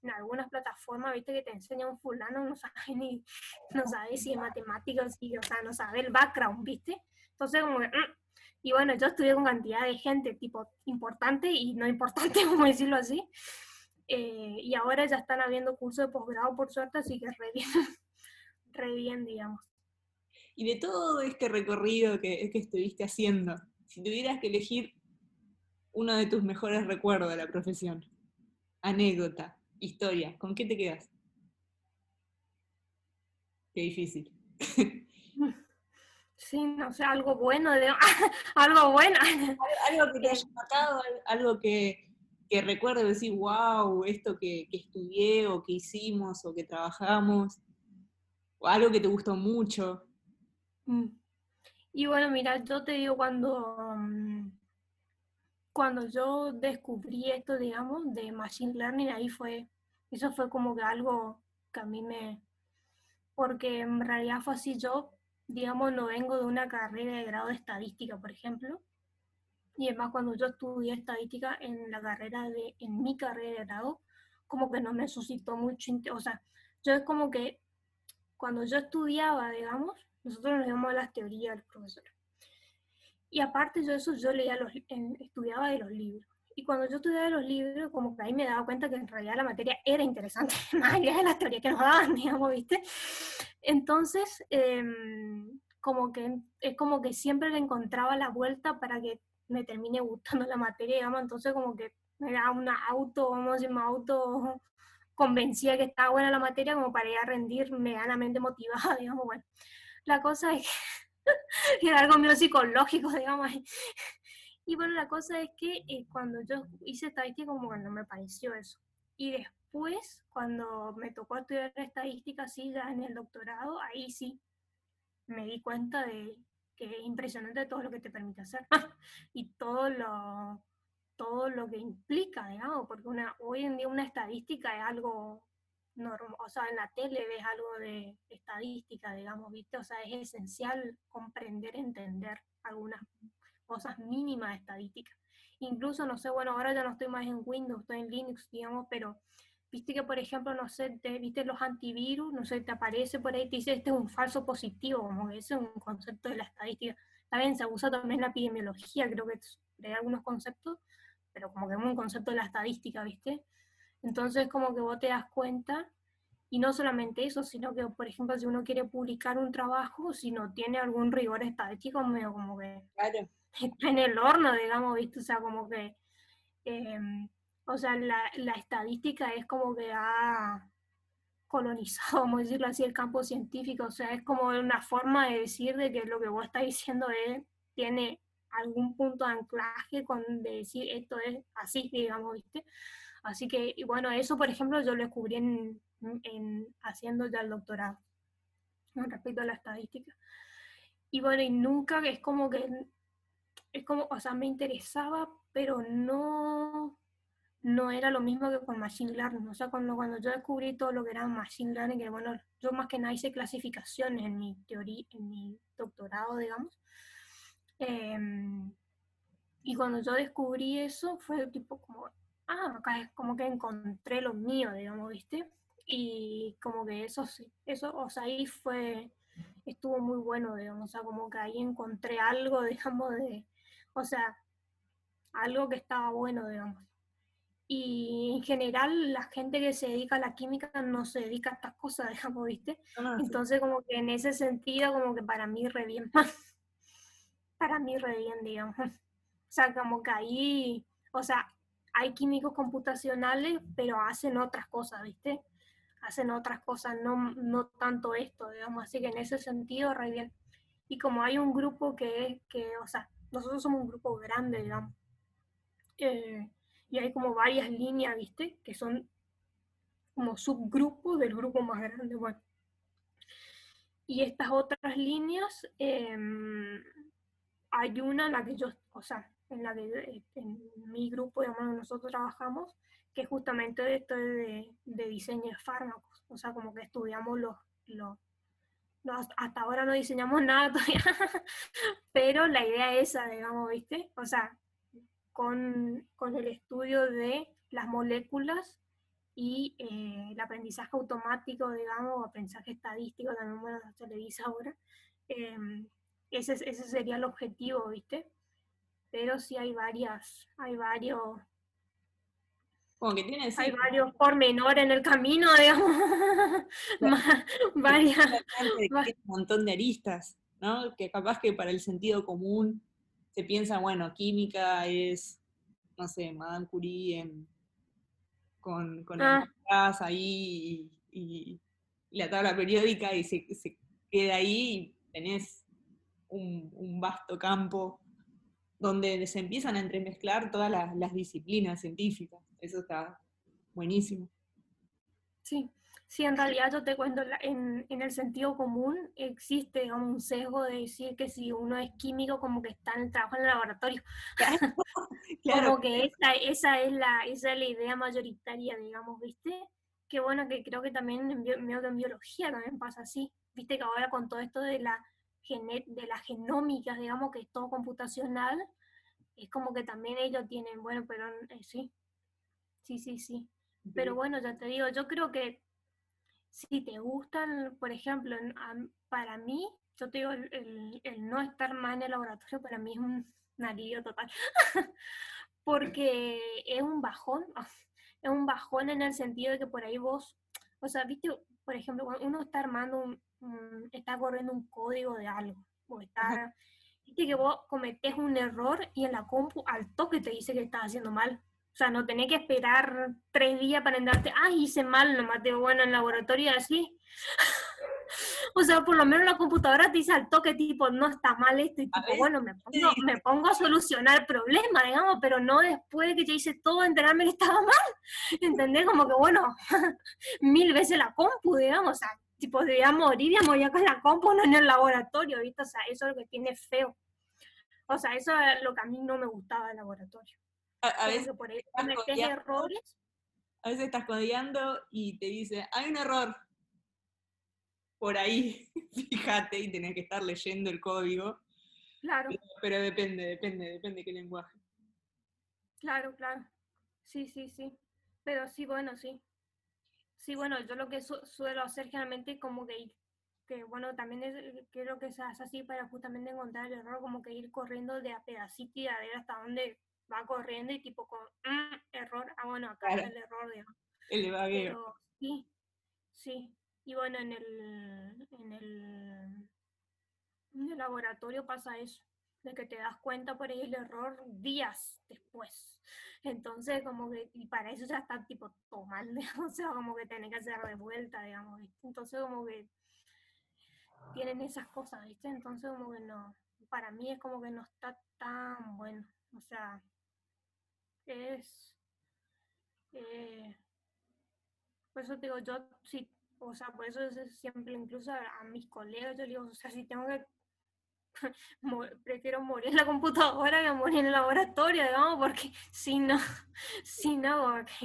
en algunas plataformas, viste, que te enseña un fulano, no sabes si es matemáticas, o sea, no sabes el background, viste. Entonces, como que, y bueno, yo estudié con cantidad de gente, tipo, importante y no importante, como decirlo así. Y ahora ya están habiendo cursos de posgrado, por suerte, así que re bien, digamos. Y de todo este recorrido que estuviste haciendo, si tuvieras que elegir uno de tus mejores recuerdos de la profesión, anécdota, historia, ¿con qué te quedas? Qué difícil. Sí, no sé, algo bueno, algo bueno. Algo que te haya matado, algo que recuerdes decir, wow, esto que estudié o que hicimos o que trabajamos, o algo que te gustó mucho. Y bueno, mira, yo te digo, cuando yo descubrí esto, digamos, de Machine Learning, eso fue como que algo que a mí porque en realidad fue así, yo, digamos, no vengo de una carrera de grado de estadística, por ejemplo, y además cuando yo estudié estadística en mi carrera de grado, como que no me suscitó mucho, o sea, yo es como que cuando yo estudiaba, digamos, nosotros nos íbamos a las teorías del profesor. Y aparte yo eso, estudiaba de los libros. Y cuando yo estudiaba de los libros, como que ahí me daba cuenta que en realidad la materia era interesante, más allá de las teorías que nos daban, digamos, ¿viste? Entonces, es como que siempre le encontraba la vuelta para que me termine gustando la materia, digamos, entonces como que me da vamos a decir, me auto convencía que estaba buena la materia como para ir a rendir medianamente motivada, digamos, bueno. La cosa es que era algo medio psicológico, digamos. Y bueno, la cosa es que cuando yo hice estadística, como que no me pareció eso. Y después, cuando me tocó estudiar estadística, sí, ya en el doctorado, ahí sí me di cuenta de que es impresionante todo lo que te permite hacer y todo lo que implica, digamos, porque hoy en día una estadística es algo normal, o sea, en la tele ves algo de estadística, digamos, ¿viste? O sea, es esencial comprender, entender algunas cosas mínimas de estadística. Incluso, no sé, bueno, ahora ya no estoy más en Windows, estoy en Linux, digamos, pero viste que, por ejemplo, no sé, viste los antivirus, no sé, te aparece por ahí, te dice, este es un falso positivo, como que ese es un concepto de la estadística. También se usa también la epidemiología, creo que hay algunos conceptos, pero como que es un concepto de la estadística, ¿viste? Entonces, como que vos te das cuenta, y no solamente eso, sino que, por ejemplo, si uno quiere publicar un trabajo, si no tiene algún rigor estadístico, medio como que Claro. está en el horno, digamos, ¿viste? O sea, como que, eh, o sea, la estadística es como que ha colonizado, vamos a decirlo así, el campo científico, o sea, es como una forma de decir de que lo que vos estás diciendo tiene algún punto de anclaje con de decir esto es así, digamos, ¿viste? Así que, y bueno, eso, por ejemplo, yo lo descubrí haciendo ya el doctorado, con respecto a la estadística. Y bueno, y nunca, es como, o sea, me interesaba, pero no era lo mismo que con Machine Learning. O sea, cuando yo descubrí todo lo que era Machine Learning, que bueno, yo más que nada hice clasificaciones en mi teoría, en mi doctorado, digamos. Y cuando yo descubrí eso, fue tipo como, acá es como que encontré lo mío, digamos, ¿viste? Y como que eso sí, eso, o sea, estuvo muy bueno, digamos, o sea, como que ahí encontré algo, digamos, o sea, algo que estaba bueno, digamos. Y en general la gente que se dedica a la química no se dedica a estas cosas, digamos, ¿viste? Sí. Entonces como que en ese sentido como que para mí re bien, para mí re bien, digamos. O sea, como que ahí, o sea, hay químicos computacionales, pero hacen otras cosas, ¿viste? Hacen otras cosas, no tanto esto, digamos, así que en ese sentido re bien. Y como hay un grupo o sea, nosotros somos un grupo grande, digamos, eh, y hay como varias líneas, ¿viste? Que son como subgrupos del grupo más grande. Bueno, y estas otras líneas, hay una en la que yo, o sea, en la que en mi grupo, digamos, nosotros trabajamos, que es justamente esto de diseño de fármacos. O sea, como que estudiamos hasta ahora no diseñamos nada todavía, pero la idea es esa, digamos, ¿viste? O sea, con el estudio de las moléculas y el aprendizaje automático, digamos, o aprendizaje estadístico, también bueno, se le dice ahora, eh, ese sería el objetivo, ¿viste? Pero sí hay Como que tiene, hay sí, varios pormenores en el camino, digamos, varias, que tiene un montón de aristas, ¿no? Que capaz que para el sentido común se piensa, bueno, química es, no sé, Madame Curie con el ah, gas ahí y la tabla periódica y se queda ahí y tenés un vasto campo donde se empiezan a entremezclar todas las disciplinas científicas. Eso está buenísimo. sí. Sí, en realidad yo te cuento, en el sentido común existe como un sesgo de decir que si uno es químico como que está en el trabajo en el laboratorio. Claro, Como que esa es la idea mayoritaria, digamos, ¿viste? Que bueno, que creo que también en biología también pasa así. Viste que ahora con todo esto de las genómicas, digamos, que es todo computacional, es como que también ellos tienen, bueno, pero sí, sí, sí, sí. Pero bueno, ya te digo, yo creo que si te gustan, por ejemplo, para mí, yo te digo, el no estar más en el laboratorio para mí es un alivio total. Porque es un bajón en el sentido de que por ahí vos, o sea, viste, por ejemplo, cuando uno está armando está corriendo un código de algo, o está, viste que vos cometés un error y en la compu al toque te dice que estás haciendo mal. O sea, no tenés que esperar 3 días para enterarte, ah, hice mal, nomás te digo, bueno, en el laboratorio así. O sea, por lo menos la computadora te dice al toque, tipo, no está mal esto, y a tipo, veces bueno, te dice, me pongo a solucionar el problema, digamos, pero no después de que ya hice todo, enterarme que estaba mal, ¿entendés? Como que, bueno, 1000 veces la compu, digamos, o sea, tipo, voy a morir con la compu, no en el laboratorio, ¿viste? O sea, eso es lo que tiene feo. O sea, eso es lo que a mí no me gustaba del laboratorio. a Como veces que por ahí estás cometes codeando, errores, a veces estás codeando y te dice, hay un error por ahí, fíjate, y tenés que estar leyendo el código, claro, pero depende qué lenguaje. claro, claro. Sí, sí, sí. Pero sí, bueno, sí. Sí, bueno, yo lo que suelo hacer generalmente como que bueno, también creo que se hace así para justamente encontrar el error, como que ir corriendo de a pedacito y a ver hasta dónde va corriendo y tipo con error, ah bueno, acá Claro, está el error, digamos. el debugueo. Pero sí, sí. Y bueno, en el laboratorio pasa eso, de que te das cuenta por ahí el error días después. Entonces, como que, y para eso ya está tipo todo mal, digamos, o sea, como que tenés que hacer de vuelta, digamos, ¿viste? Entonces, como que tienen esas cosas, ¿viste? Entonces, como que no, para mí es como que no está tan bueno, o sea, es, eh, por eso te digo, yo sí, o sea, por eso siempre incluso a mis colegas yo digo, o sea, si tengo que prefiero morir en la computadora que morir en el laboratorio, digamos, porque si no, si no,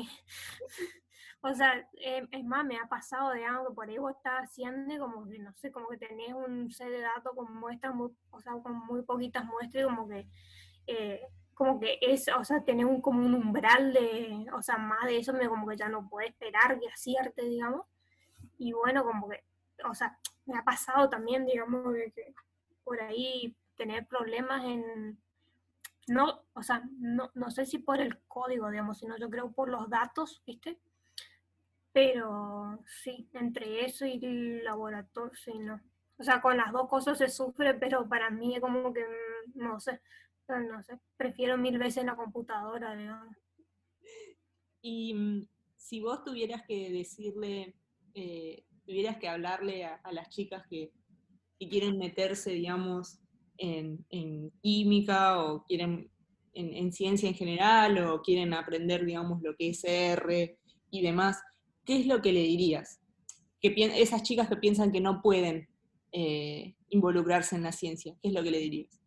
o sea, es más, me ha pasado, digamos, que por ahí vos estás haciendo y como que, no sé, como que tenés un set de datos con muestras, o sea, con muy poquitas muestras y como que es, o sea, tenés como un umbral de, o sea, más de eso, como que ya no puedes esperar que acierte, digamos, y bueno, como que, o sea, me ha pasado también, digamos, de que por ahí tener problemas no, o sea, no sé si por el código, digamos, sino yo creo por los datos, ¿viste? Pero sí, entre eso y el laboratorio, sí, no. O sea, con las dos cosas se sufre, pero para mí es como que, no sé, prefiero 1000 veces la computadora, digamos. Y si vos tuvieras que decirle, tuvieras que hablarle a las chicas que quieren meterse, digamos, en química o quieren en ciencia en general o quieren aprender, digamos, lo que es R y demás, ¿qué es lo que le dirías? Esas chicas que piensan que no pueden involucrarse en la ciencia, ¿qué es lo que le dirías?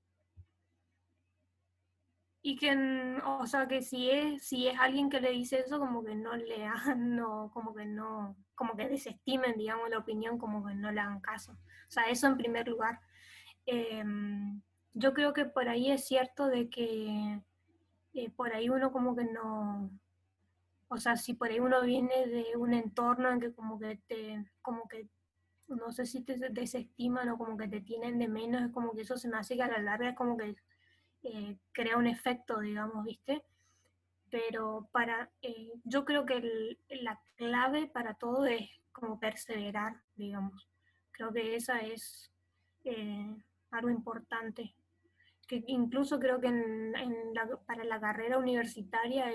Y que, o sea, que si es alguien que le dice eso, como que no le hagan, no, como que desestimen, digamos, la opinión, como que no le hagan caso. O sea, eso en primer lugar. Eh, yo creo que por ahí es cierto de que por ahí uno como que no, o sea, si por ahí uno viene de un entorno en que como que, no sé si te desestiman o como que te tienen de menos, es como que eso se me hace que a la larga es como que crea un efecto, digamos, ¿viste? Pero yo creo que la clave para todo es como perseverar, digamos. Creo que esa es eh, algo importante. Que incluso creo que para la carrera universitaria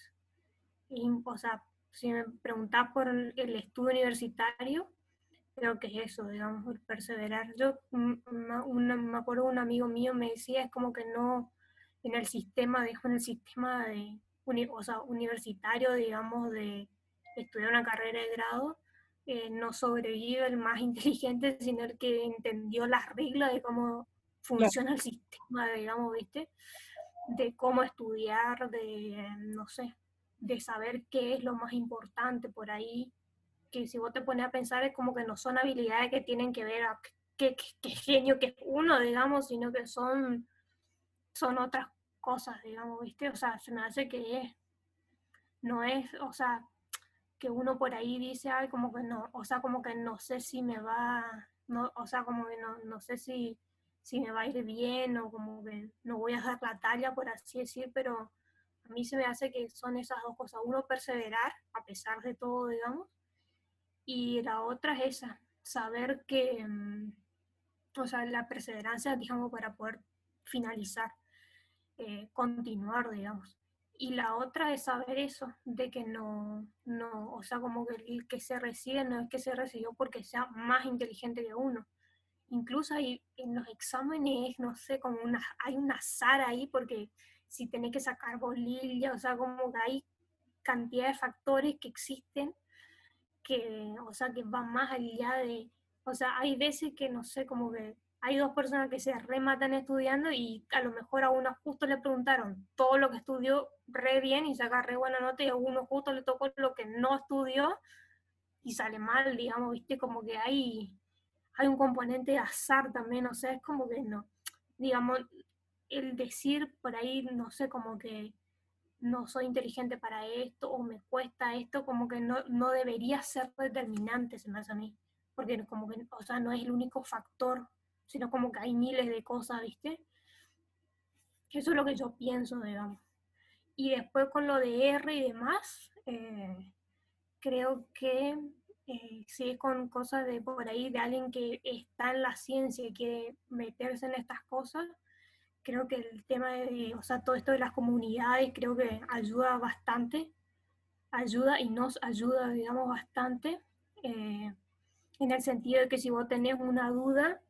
o sea, si me preguntás por el estudio universitario, creo que es eso, digamos, el perseverar. Yo me acuerdo un amigo mío me decía, es como que no, en el sistema, dijo, en el sistema o sea, universitario, digamos, de estudiar una carrera de grado, no sobrevive el más inteligente, sino el que entendió las reglas de cómo Claro. funciona el sistema, digamos, ¿viste? De cómo estudiar, no sé, de saber qué es lo más importante por ahí, que si vos te pones a pensar es como que no son habilidades que tienen que ver a qué genio que es uno, digamos, sino que son otras cosas, digamos, ¿viste? O sea, se me hace no es, o sea, que uno por ahí dice, ay, como que no, o sea, como que no sé si me va, no, o sea, como que no sé si me va a ir bien o como que no voy a dar la talla, por así decir, pero a mí se me hace que son esas dos cosas, uno perseverar a pesar de todo, digamos, y la otra es esa, saber que, o sea, la perseverancia, digamos, para poder finalizar, continuar, digamos. Y la otra es saber eso, de que o sea, como que el que se recibe no es que se recibió porque sea más inteligente que uno. Incluso hay, en los exámenes, no sé, hay un azar ahí porque si tenés que sacar bolilla, o sea, como que hay cantidad de factores que existen o sea, que va más allá o sea, hay veces que, no sé, como que hay dos personas que se rematan estudiando y a lo mejor a uno justo le preguntaron todo lo que estudió re bien y saca re buena nota y a uno justo le tocó lo que no estudió y sale mal, digamos, viste, como que hay un componente de azar también, o sea, es como que no, digamos, el decir por ahí, no sé, como que no soy inteligente para esto o me cuesta esto, como que no debería ser determinante, se me hace a mí, porque como que, o sea, no es el único factor, sino como que hay miles de cosas, ¿viste? Eso es lo que yo pienso, digamos. Y después con lo de R y demás, creo que sí, con cosas de por ahí, de alguien que está en la ciencia y quiere meterse en estas cosas, creo que el tema o sea, todo esto de las comunidades creo que ayuda bastante, ayuda y nos ayuda, digamos, bastante, eh, en el sentido de que si vos tenés una duda,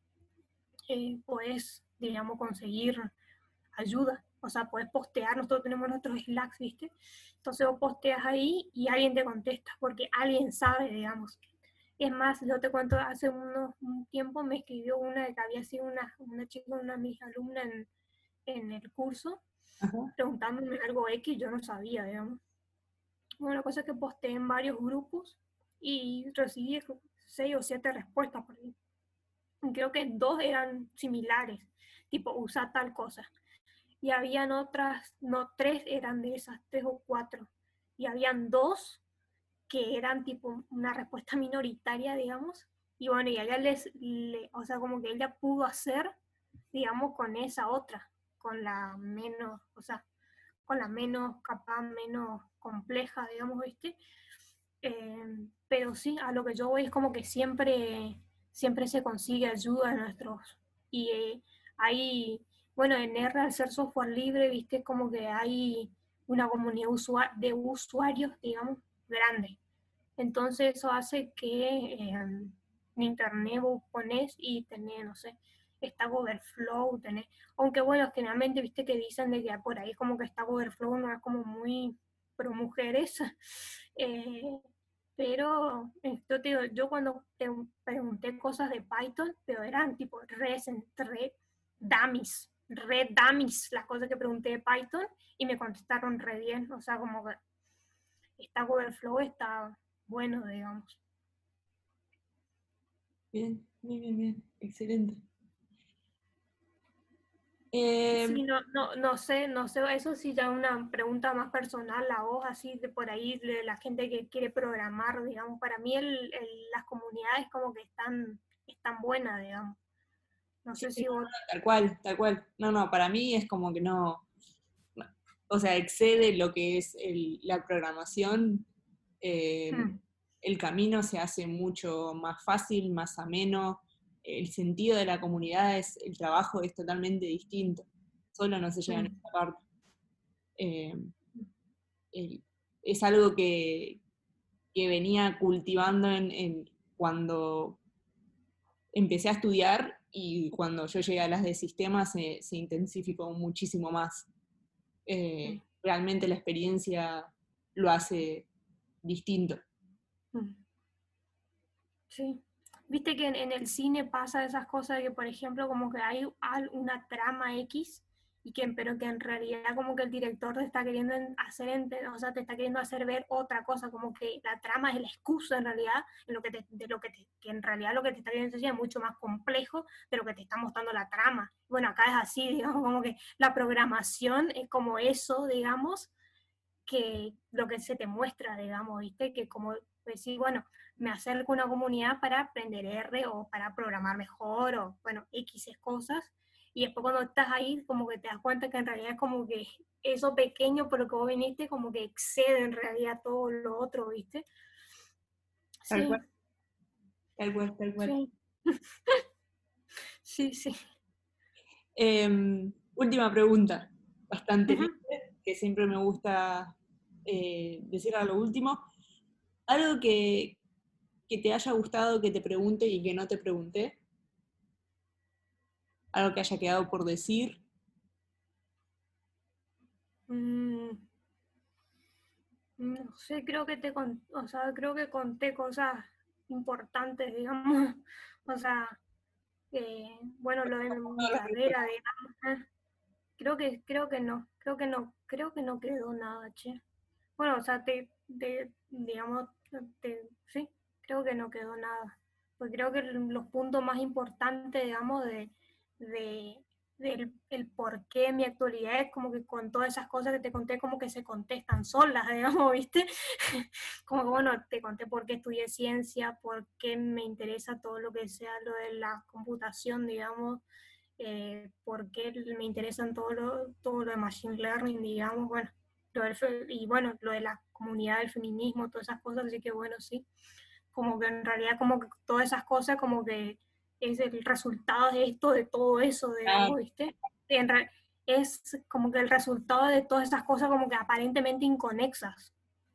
podés, digamos, conseguir ayuda. O sea, podés postear, nosotros tenemos nuestros Slacks, ¿viste? Entonces vos posteas ahí y alguien te contesta, porque alguien sabe, digamos. Es más, yo te cuento, hace un tiempo me escribió una que había sido una chica, una de mis alumnas en el curso, Ajá. preguntándome algo X, yo no sabía, digamos. Bueno, la cosa es que posteé en varios grupos y recibí 6 o 7 respuestas por ahí. Y creo que 2 eran similares, tipo, usa tal cosa. Y habían otras, no, 3 eran de esas, 3 o 4. Y habían 2 que eran tipo una respuesta minoritaria, digamos. Y bueno, y a ella o sea, como que ella pudo hacer, digamos, con esa otra, con la menos, o sea, con la menos capaz, menos compleja, digamos, ¿viste? Pero sí, a lo que yo voy es como que siempre se consigue ayuda en y hay, bueno, en R al ser software libre, viste, como que hay una comunidad de usuarios, digamos, grande. Entonces eso hace que en internet vos pones y tenés, no sé, Stack Overflow, tenés, aunque bueno, generalmente viste que dicen de que por ahí como que Stack Overflow no es como muy pro mujeres, eh, pero esto te digo, yo cuando pregunté cosas de Python, pero eran tipo re dummies las cosas que pregunté de Python y me contestaron re bien, o sea, como que Stack Overflow está bueno, digamos. Bien, bien, bien, bien. Excelente. Eh, Sí, no sé, eso sí ya una pregunta más personal a vos, así de por ahí, de la gente que quiere programar, digamos, para mí las comunidades como que están buenas, digamos. No sí, sé no, si vos... tal cual, tal cual. No, no, para mí es como que no, o sea, excede lo que es la programación. eh, Mm, el camino se hace mucho más fácil, más ameno. El sentido de la comunidad es, el trabajo es totalmente distinto. Solo no se llega a mm, esta parte. Eh, el- es algo que venía cultivando cuando empecé a estudiar y cuando yo llegué a las de sistemas se intensificó muchísimo más. mm, Realmente la experiencia lo hace distinto. mm. Sí. Viste que en el cine pasa esas cosas de que, por ejemplo, como que hay una trama X y que, pero que en realidad como que el director te está queriendo o sea, te está queriendo hacer ver otra cosa, como que la trama es la excusa en realidad, en lo que que en realidad lo que te está queriendo decir es mucho más complejo de lo que te está mostrando la trama. Bueno, acá es así, digamos, como que la programación es como eso, digamos, que lo que se te muestra, digamos, ¿viste? Que como decir, bueno, me acerco a una comunidad para aprender R o para programar mejor o, bueno, X cosas. Y después cuando estás ahí, como que te das cuenta que en realidad es como que eso pequeño por lo que vos viniste, como que excede en realidad todo lo otro, ¿viste? Tal cual, Sí, tal cual, tal cual. sí, sí, sí. Última pregunta, bastante Ujú. libre, que siempre me gusta decir a lo último. Algo que te haya gustado que te pregunte y que no te pregunté, algo que haya quedado por decir. Mm, no sé, creo que o sea, creo que conté cosas importantes, digamos. O sea, bueno, lo de mi Todas las carrera, respuestas. digamos, creo que no quedó nada, che. Bueno, o sea, digamos, sí, creo que no quedó nada. Pues creo que los puntos más importantes, digamos, de, del por qué en mi actualidad es como que con todas esas cosas que te conté, como que se contestan solas, digamos, ¿viste? Como que, bueno, te conté por qué estudié ciencia, por qué me interesa todo lo que sea lo de la computación, digamos, por qué me interesan todo lo de Machine Learning, digamos, bueno, y bueno, lo de la comunidad del feminismo, todas esas cosas, así que bueno, sí, como que en realidad como que todas esas cosas como que es el resultado de esto, de todo eso, Ah, digamos, ¿viste? En re- es como que el resultado de todas esas cosas como que aparentemente inconexas.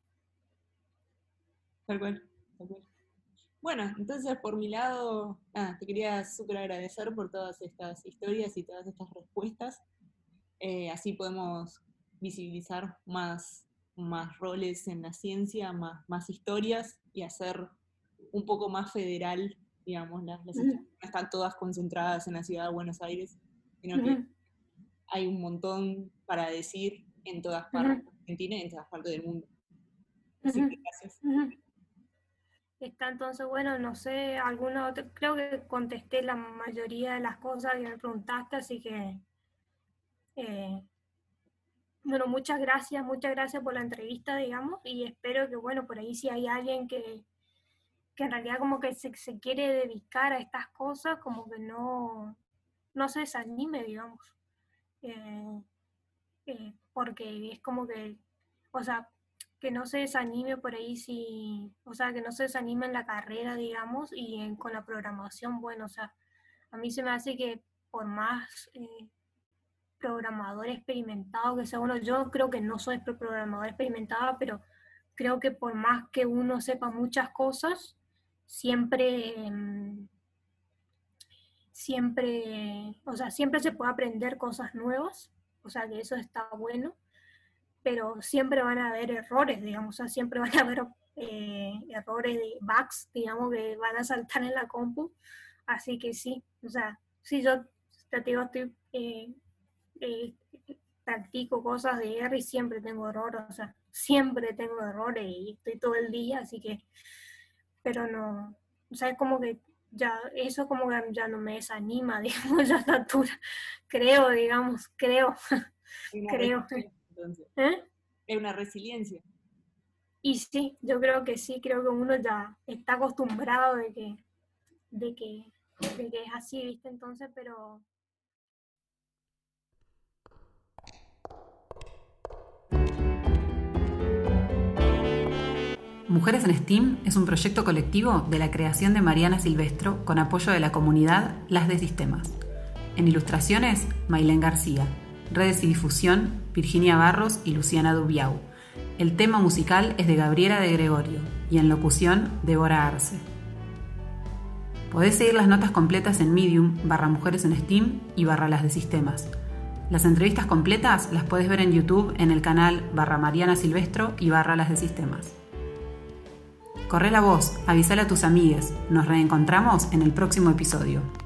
tal cual, tal cual. Bueno, entonces por mi lado, nada, te quería súper agradecer por todas estas historias y todas estas respuestas. Así podemos visibilizar más roles en la ciencia, más historias y hacer un poco más federal, digamos, las Ujú, historias no están todas concentradas en la ciudad de Buenos Aires, sino que ujú, hay un montón para decir en todas partes ujú, de Argentina y en todas partes del mundo. Así ujú, que gracias. ujú. Está entonces, bueno, no sé, creo que contesté la mayoría de las cosas que me preguntaste, así que, eh, bueno, muchas gracias por la entrevista, digamos, y espero que, bueno, por ahí si hay alguien que en realidad como que se quiere dedicar a estas cosas, como que no se desanime, digamos. Eh, Porque es como que, o sea, que no se desanime por ahí o sea, que no se desanime en la carrera, digamos, y con la programación, bueno, o sea, a mí se me hace que por más programador experimentado que sea uno, yo creo que no soy programador experimentado, pero creo que por más que uno sepa muchas cosas, siempre, o sea, siempre se puede aprender cosas nuevas, o sea, que eso está bueno, pero siempre van a haber errores, digamos, o sea, siempre van a haber errores de bugs, digamos, que van a saltar en la compu, así que sí, o sea, sí, yo te digo, eh, practico cosas de R y siempre tengo errores, o sea, siempre tengo errores y estoy todo el día, así que, pero no, o sea, es como que ya eso como que ya no me desanima, digamos, ya a esta altura. Creo, digamos, creo. Creo. Entonces, ¿Eh? es una resiliencia. Y sí, yo creo que sí, creo que uno ya está acostumbrado de que es así, ¿viste? Entonces, pero... Mujeres en STEAM es un proyecto colectivo de la creación de Mariana Silvestro con apoyo de la comunidad Las de Sistemas. En ilustraciones, Mailén García. Redes y difusión, Virginia Barros y Luciana Dubiau. El tema musical es de Gabriela de Gregorio y en locución, Débora Arce. Podés seguir las notas completas en Medium/Mujeres en STEAM y /Las de Sistemas. Las entrevistas completas las podés ver en YouTube en el canal /Mariana Silvestro y /Las de Sistemas. Corre la voz, avísale a tus amigues. Nos reencontramos en el próximo episodio.